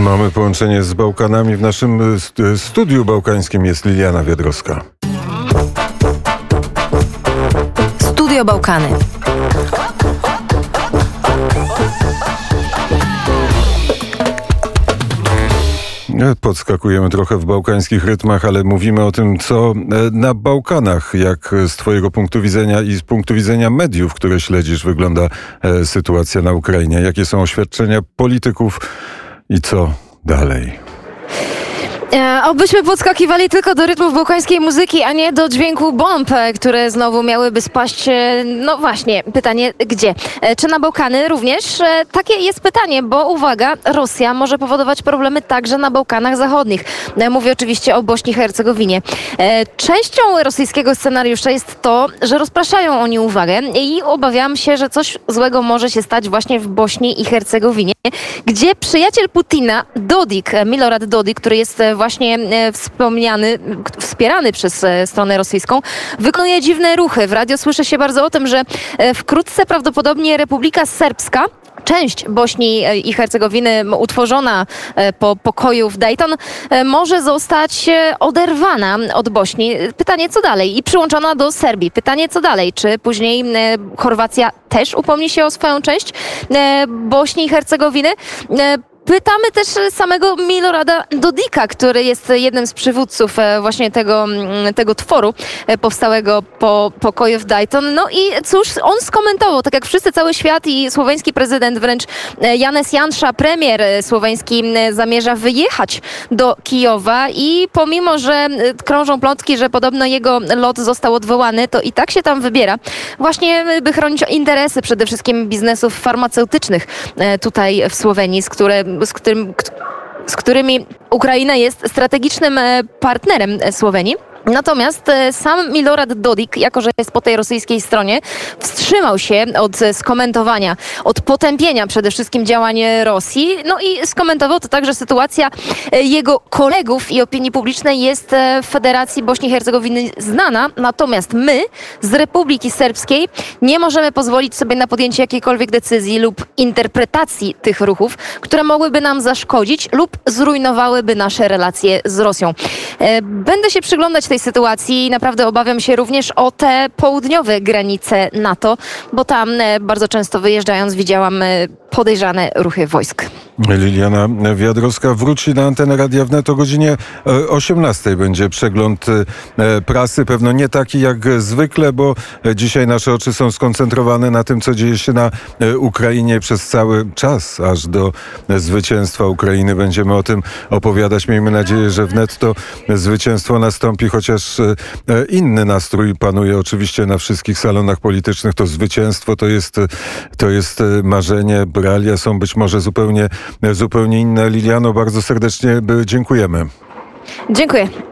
Mamy połączenie z Bałkanami. W naszym studiu bałkańskim jest Liliana Wiadrowska. Studio Bałkany. Podskakujemy trochę w bałkańskich rytmach, ale mówimy o tym, co na Bałkanach, jak z twojego punktu widzenia i z punktu widzenia mediów, które śledzisz, wygląda sytuacja na Ukrainie. Jakie są oświadczenia polityków i co dalej? Obyśmy podskakiwali tylko do rytmów bałkańskiej muzyki, a nie do dźwięku bomb, które znowu miałyby spaść. No właśnie, pytanie gdzie? Czy na Bałkany również? Takie jest pytanie, bo uwaga, Rosja może powodować problemy także na Bałkanach Zachodnich. Mówię oczywiście o Bośni i Hercegowinie. Częścią rosyjskiego scenariusza jest to, że rozpraszają oni uwagę i obawiam się, że coś złego może się stać właśnie w Bośni i Hercegowinie, gdzie przyjaciel Putina, Dodik, Milorad Dodik, który jest właśnie wspierany przez stronę rosyjską, wykonuje dziwne ruchy. W radio słyszy się bardzo o tym, że wkrótce prawdopodobnie Republika Serbska, część Bośni i Hercegowiny utworzona po pokoju w Dayton, może zostać oderwana od Bośni. Pytanie, co dalej? I przyłączona do Serbii. Pytanie, co dalej? Czy później Chorwacja też upomni się o swoją część Bośni i Hercegowiny? Pytamy też samego Milorada Dodika, który jest jednym z przywódców właśnie tego tworu powstałego po pokoju w Dayton. No i cóż, on skomentował, tak jak wszyscy, cały świat i słoweński prezydent, wręcz Janez Janša, premier słoweński, zamierza wyjechać do Kijowa i pomimo, że krążą plotki, że podobno jego lot został odwołany, to i tak się tam wybiera. Właśnie by chronić interesy przede wszystkim biznesów farmaceutycznych tutaj w Słowenii, z którymi Ukraina jest strategicznym partnerem Słowenii. Natomiast sam Milorad Dodik, jako że jest po tej rosyjskiej stronie, wstrzymał się od skomentowania, od potępienia przede wszystkim działań Rosji. No i skomentował to tak, że sytuacja jego kolegów i opinii publicznej jest w Federacji Bośni i Hercegowiny znana. Natomiast my z Republiki Serbskiej nie możemy pozwolić sobie na podjęcie jakiejkolwiek decyzji lub interpretacji tych ruchów, które mogłyby nam zaszkodzić lub zrujnowałyby nasze relacje z Rosją. Będę się przyglądać tej sytuacji i naprawdę obawiam się również o te południowe granice NATO, bo tam bardzo często wyjeżdżając widziałam podejrzane ruchy wojsk. Liliana Wiadrowska wróci na antenę Radia Wnet o godzinie 18. Będzie przegląd prasy, pewno nie taki jak zwykle, bo dzisiaj nasze oczy są skoncentrowane na tym, co dzieje się na Ukrainie przez cały czas, aż do zwycięstwa Ukrainy. Będziemy o tym opowiadać. Miejmy nadzieję, że wnet to zwycięstwo nastąpi, chociaż inny nastrój panuje oczywiście na wszystkich salonach politycznych. To zwycięstwo to jest marzenie, realia są być może zupełnie inne. Liliano, bardzo serdecznie dziękujemy. Dziękuję.